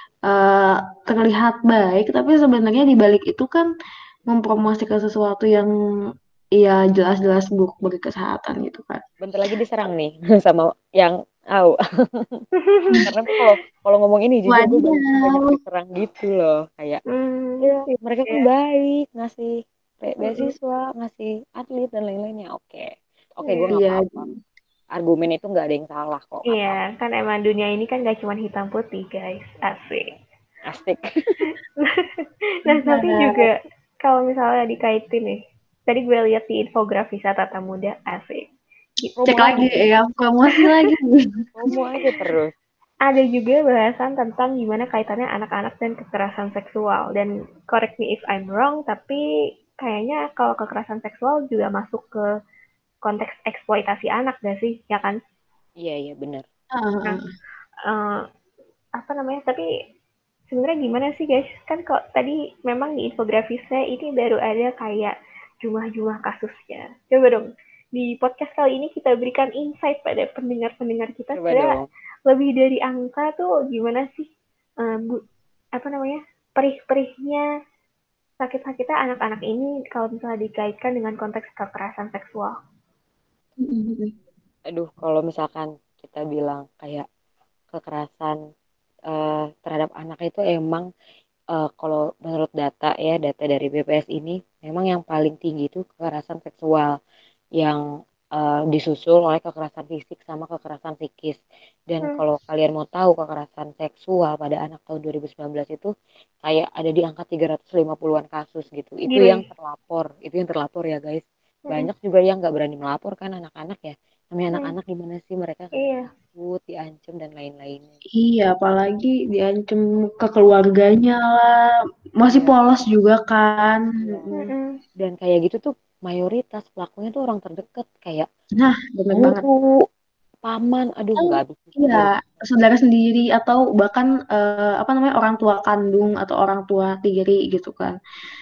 terlihat baik tapi sebenarnya di balik itu kan mempromosikan sesuatu yang ya jelas-jelas buruk bagi kesehatan gitu kan. Bentar lagi diserang nih sama yang Au. Karena kalau kalau ngomong ini jujur gue banyak Wadidaw. diserang gitu loh, kayak ya mereka kan Iya. baik ngasih Mm-mm. beasiswa, ngasih atlet dan lain-lainnya. Oke, oke, gue nggak Iya. apa-apa. Argumen itu nggak ada yang salah kok, nggak Iya, apa-apa. kan emang dunia ini kan gak cuma hitam putih, guys. Asik. Asik. Nah, tapi Benar. juga kalau misalnya dikaitin nih, tadi gue lihat di infografis Tata Muda, asik. Cek Promo lagi lagi, ya, promosi lagi. promo aja terus. Ada juga bahasan tentang gimana kaitannya anak-anak dan kekerasan seksual. Dan correct me if I'm wrong, tapi kayaknya kalau kekerasan seksual juga masuk ke konteks eksploitasi anak gak sih? Ya kan? Iya, iya benar. Nah, Ah, eh, apa namanya? Tapi sebenarnya gimana sih guys? Kan kok tadi memang di infografisnya ini baru ada kayak jumlah-jumlah kasusnya. Coba dong di podcast kali ini kita berikan insight pada pendengar-pendengar kita Coba sebenarnya dong. lebih dari angka tuh gimana sih apa namanya perih-perihnya sakit-sakitnya anak-anak ini kalau misalnya dikaitkan dengan konteks kekerasan seksual. Aduh, kalau misalkan kita bilang kayak kekerasan terhadap anak itu emang kalau menurut data ya, data dari BPS ini memang yang paling tinggi itu kekerasan seksual yang disusul oleh kekerasan fisik sama kekerasan psikis. Dan Hmm, kalau kalian mau tahu kekerasan seksual pada anak tahun 2019 itu kayak ada di angka 350-an kasus gitu. gile. Itu yang terlapor ya guys. Hmm, Banyak juga yang nggak berani melapor kan anak-anak ya. Namanya hmm, anak-anak gimana sih mereka kan iya. takut, diancam dan lain-lainnya. iya, apalagi diancam ke keluarganya lah. Masih Iya, polos juga kan. iya. Mm-mm. Hmm, Dan kayak gitu tuh mayoritas pelakunya tuh orang terdekat kayak Nah, benar banget. guru, paman, aduh Kan, nggak habis pikir iya, dari saudara sendiri atau bahkan apa namanya orang tua kandung atau orang tua tiri gitu kan.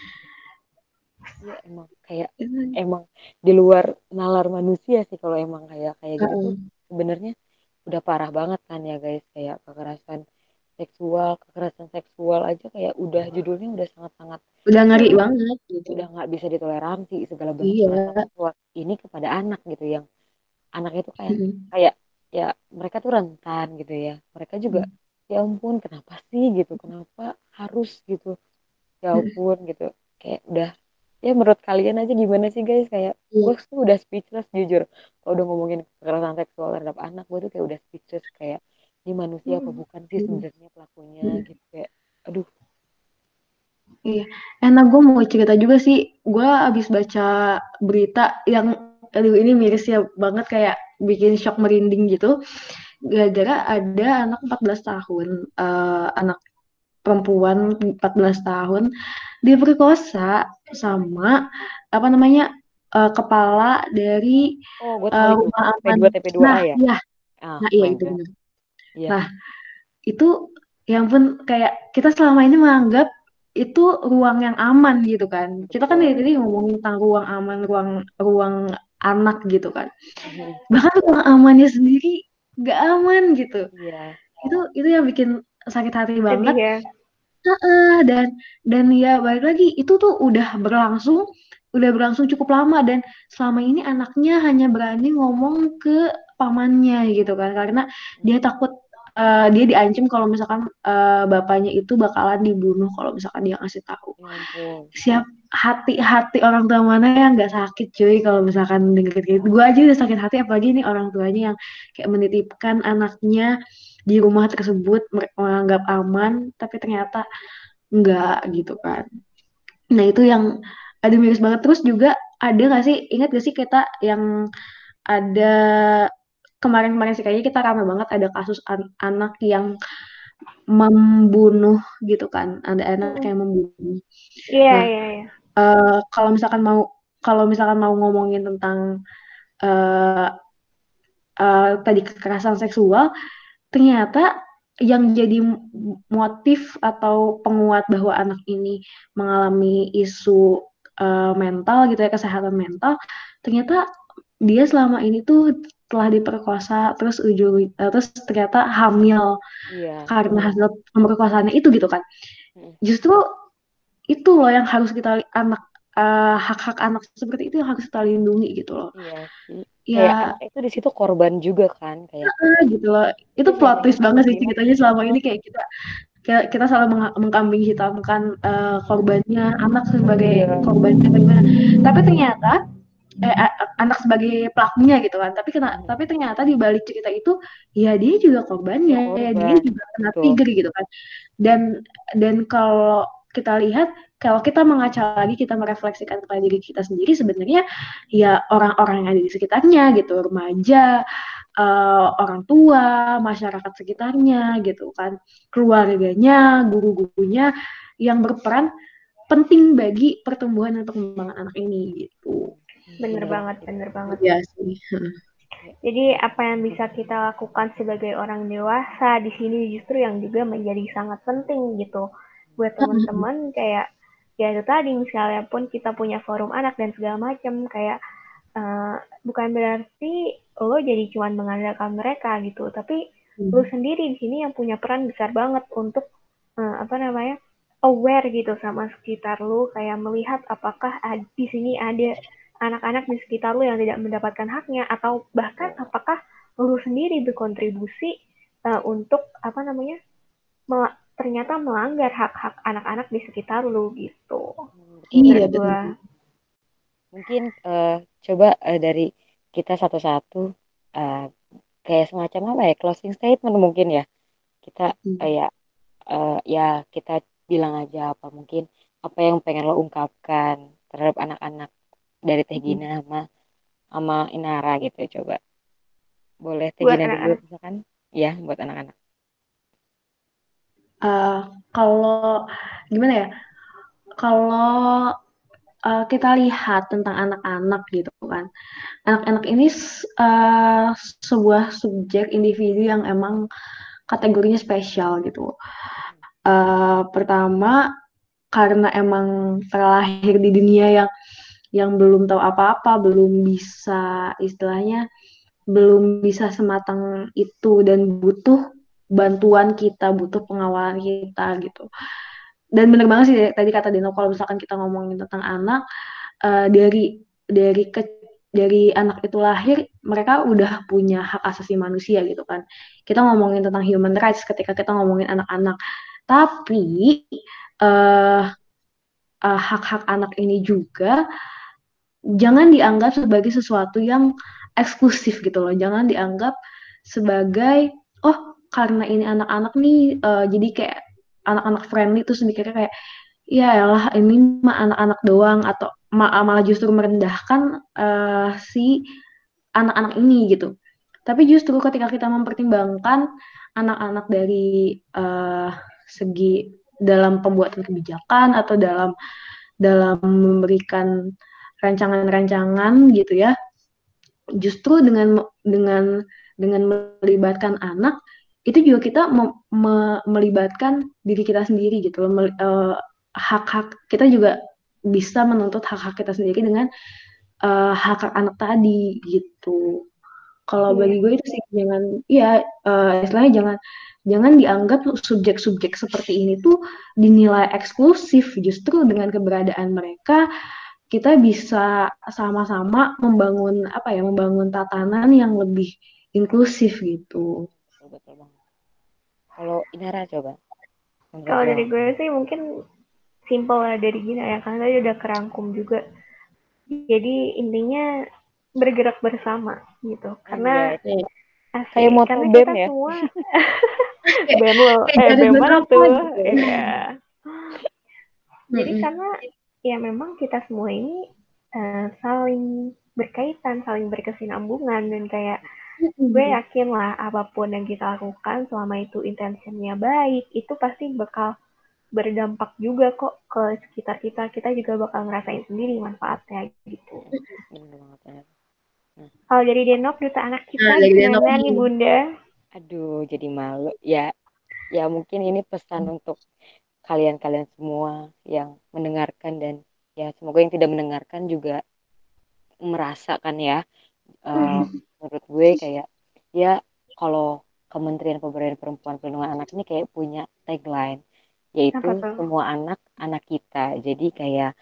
ya emang kayak Itu, emang di luar nalar manusia sih kalau emang kayak kayak gitu tuh uh-uh. sebenarnya udah parah banget kan ya guys, kayak kekerasan seksual aja kayak udah judulnya udah sangat-sangat Udah ngeri hmm, banget gitu. udah nggak bisa ditoleransi segala bentuk kekerasan Iya. seksual ini kepada anak gitu, yang anak itu kayak Mm-mm. kayak ya mereka tuh rentan gitu ya, mereka juga ya ampun kenapa sih gitu, kenapa harus gitu, ya Mm-mm. ampun gitu, kayak udah ya menurut kalian aja gimana sih guys, kayak gue Iya. tuh udah speechless jujur kalau udah ngomongin kekerasan seksual terhadap anak, gue tuh kayak udah speechless, kayak ini manusia apa hmm. bukan sih Mm-mm. sebenarnya pelakunya Mm-mm. gitu, kayak aduh. Iya. Enak gue mau cerita juga sih. Gue abis baca berita yang aduh ini miris ya banget kayak bikin shock merinding gitu. Gara-gara ada anak 14 tahun, anak perempuan 14 tahun diperkosa sama apa namanya kepala dari Oh gue tahu itu rumah aman. P2 TP2A Nah, ya. iya, Ah nah oh iya my itu god. benar. Iya. Nah, itu yang pun kayak kita selama ini menganggap itu ruang yang aman gitu kan. Kita kan dari Betul. tadi ngomongin tentang ruang aman, ruang ruang anak gitu kan. Mhm. Bahkan ruang amannya sendiri gak aman gitu. Iya. Itu yang bikin sakit hati Sedih banget. ya. Dan ya balik lagi itu tuh udah berlangsung cukup lama dan selama ini anaknya hanya berani ngomong ke pamannya gitu kan karena dia takut dia diancam kalau misalkan bapaknya itu bakalan dibunuh kalau misalkan dia ngasih tahu. Ya ampun. Siap hati-hati orang tua mana yang nggak sakit cuy kalau misalkan denger gitu. Gue aja udah sakit hati apalagi nih orang tuanya yang kayak menitipkan anaknya di rumah tersebut menganggap aman tapi ternyata enggak gitu kan. Nah itu yang ada miris banget. Terus juga ada nggak sih, ingat gak sih kita yang ada kemarin-kemarin sih kayaknya kita rame banget ada kasus anak yang membunuh gitu kan. Ada anak Hmm. yang membunuh. Iya, Nah iya, iya. eh, kalau misalkan mau kalau misalkan mau ngomongin tentang eh, tadi kekerasan seksual, ternyata yang jadi motif atau penguat bahwa anak ini mengalami isu mental gitu ya, kesehatan mental, ternyata dia selama ini tuh telah diperkosa terus ternyata hamil Iya. karena hasil pemerkosaannya itu gitu kan. Mhm. Justru itu loh yang harus kita hak-hak anak seperti itu yang harus kita lindungi gitu loh. Iya sih. kayak ya anak itu di situ korban juga kan, kayak gitu loh. Itu dia plot diambil twist banget sih jilat ceritanya selama ini, kayak kita selalu mengkambing hitamkan korbannya anak sebagai iya. korbannya bagaimana. Tapi ternyata anak sebagai pelakunya gitu kan. Tapi ternyata di balik cerita itu ya dia juga Dia korbannya, ya dia korban, juga kena betul. trigger gitu kan. Dan kalau kita lihat, kalau kita mengaca lagi, kita merefleksikan kepada diri kita sendiri, sebenarnya ya orang-orang yang ada di sekitarnya gitu, remaja, orang tua, masyarakat sekitarnya gitu kan, keluarganya, guru-gurunya yang berperan penting bagi pertumbuhan dan perkembangan anak ini gitu. Bener Bener banget, banget. bener banget. Iya sih. Jadi apa yang bisa kita lakukan sebagai orang dewasa di sini justru yang juga menjadi sangat penting gitu buat teman-teman, kayak ya itu tadi, misalnya pun kita punya forum anak dan segala macam, kayak bukan berarti lo jadi cuman mengandalkan mereka gitu, tapi lo sendiri di sini yang punya peran besar banget untuk apa namanya, aware gitu sama sekitar lo, kayak melihat apakah di sini ada anak-anak di sekitar lu yang tidak mendapatkan haknya, atau bahkan apakah lu sendiri berkontribusi untuk apa namanya, ternyata melanggar hak-hak anak-anak di sekitar lu gitu. Betul Iya Menurut banget. gua. betul. Mungkin coba dari kita satu-satu eh, kayak semacam apa ya, closing statement mungkin ya. Kita ya ya kita bilang aja apa mungkin apa yang pengen lo ungkapkan terhadap anak-anak dari Teh Gina sama Inara gitu ya, coba. Boleh Teh Buat Gina dulu anak-anak. misalkan, ya buat anak-anak. Eh, kalau gimana ya? Kalau kita lihat tentang anak-anak gitu kan, anak-anak ini sebuah subjek individu yang emang kategorinya spesial gitu. Pertama, karena emang terlahir di dunia yang belum tahu apa-apa, belum bisa istilahnya, belum bisa sematang itu dan butuh bantuan kita, butuh pengawalan kita gitu. Dan bener banget sih tadi kata Deno, kalau misalkan kita ngomongin tentang anak, dari dari ke dari anak itu lahir, mereka udah punya hak asasi manusia gitu kan. Kita ngomongin tentang human rights ketika kita ngomongin anak-anak. Tapi eh, hak-hak anak ini juga jangan dianggap sebagai sesuatu yang eksklusif gitu loh. Jangan dianggap sebagai, oh karena ini anak-anak nih, jadi kayak anak-anak friendly terus mikirnya kayak, ya elah ini mah anak-anak doang, atau malah justru merendahkan si anak-anak ini gitu. Tapi justru ketika kita mempertimbangkan anak-anak dari segi dalam pembuatan kebijakan atau dalam memberikan rancangan-rancangan gitu ya, justru dengan melibatkan anak itu juga kita melibatkan diri kita sendiri gitu loh. Hak-hak kita juga bisa menuntut hak-hak kita sendiri dengan hak-hak anak tadi gitu. Kalau Iya. bagi gue itu sih, jangan ya istilahnya jangan jangan dianggap subjek-subjek seperti ini tuh dinilai eksklusif. Justru dengan keberadaan mereka kita bisa sama-sama membangun apa ya, membangun tatanan yang lebih inklusif gitu. Betul, betul banget. Kalau Inara coba menurut Kalau lo. dari gue sih mungkin simpel lah dari Gina ya, karena tadi udah kerangkum juga. Jadi intinya bergerak bersama gitu. Karena Anjay, kayak asik, moto karena BEM kita ya. semua Kayak BEM lo, jadi BEM mana apa tuh? gitu. Iya. Jadi Mm-mm. karena ya memang kita semua ini saling berkaitan, saling berkesinambungan, dan kayak gue Mm-mm. yakin lah apapun yang kita lakukan selama itu intensinya baik, itu pasti bakal berdampak juga kok ke sekitar kita. Kita juga bakal ngerasain sendiri manfaatnya gitu. Bener banget ya. Nah, Kalau dari Denok, duta anak Nah, kita, dari Denok gimana nih nih. Bunda? aduh jadi malu ya. Ya mungkin ini pesan untuk kalian-kalian semua yang mendengarkan, dan ya semoga yang tidak mendengarkan juga merasakan ya. Eh, menurut gue kayak ya, kalau Kementerian Pemberdayaan Perempuan Perlindungan Anak ini kayak punya tagline, yaitu Apa tuh? semua anak anak kita. Jadi kayak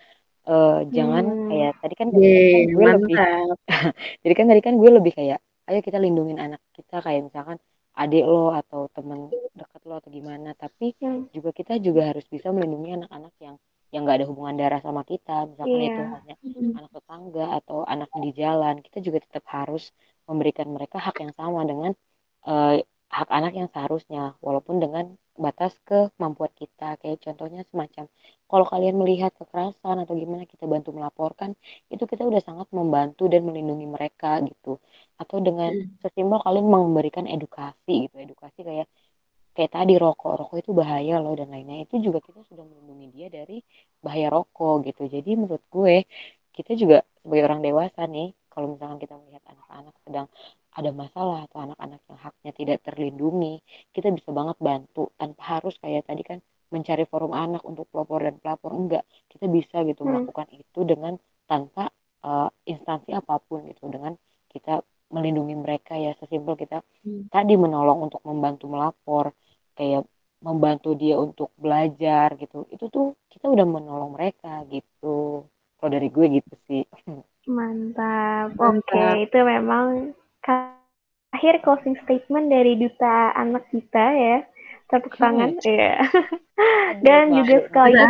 jangan kayak tadi kan gue lebih mantap. jadi kan tadi kan gue lebih kayak ayo kita lindungin anak kita kayak misalkan adik lo atau teman dekat lo atau gimana, tapi juga kita juga harus bisa melindungi anak-anak yang nggak ada hubungan darah sama kita, misalkan itu Iya. hanya anak tetangga atau anak di jalan, kita juga tetap harus memberikan mereka hak yang sama dengan eh, hak anak yang seharusnya, walaupun dengan batas kemampuan kita. Kayak contohnya semacam kalau kalian melihat kekerasan atau gimana kita bantu melaporkan, itu kita udah sangat membantu dan melindungi mereka gitu. Atau dengan sesimpel kalian memberikan edukasi gitu, edukasi kayak kayak tadi rokok itu bahaya loh dan lainnya, itu juga kita sudah melindungi dia dari bahaya rokok gitu. Jadi menurut gue kita juga sebagai orang dewasa nih, kalau misalkan kita melihat anak-anak sedang ada masalah atau anak-anak yang haknya tidak terlindungi, kita bisa banget bantu tanpa harus kayak tadi kan mencari forum anak untuk pelopor dan pelapor, enggak, kita bisa gitu melakukan itu dengan tanpa instansi apapun gitu, dengan kita melindungi mereka ya, sesimpel kita tadi menolong untuk membantu melapor, kayak membantu dia untuk belajar gitu, itu tuh kita udah menolong mereka gitu. Kalau dari gue gitu sih. Mantap. Mantap. Oke, itu memang akhir closing statement dari duta anak kita ya. Tepuk tangan. Iya. Dan juga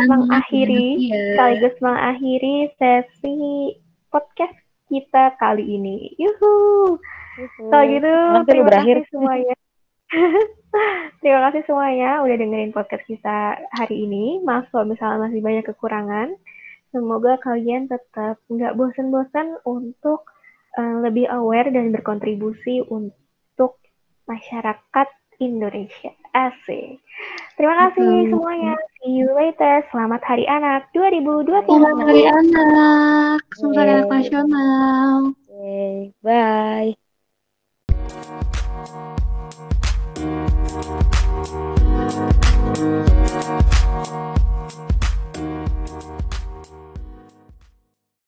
sekaligus mengakhiri sesi podcast kita kali ini. Yuhu. Kalau gitu, terima kasih semuanya. Terima kasih semuanya udah dengerin podcast kita hari ini. Maaf kalau misalnya masih banyak kekurangan. Semoga kalian tetap nggak bosan-bosan untuk lebih aware dan berkontribusi untuk masyarakat Indonesia. Asik. Terima kasih semuanya. See you later. Selamat Hari Anak 2023. Selamat Hari Anak. Selamat Hari Anak Nasional. Okay. Bye.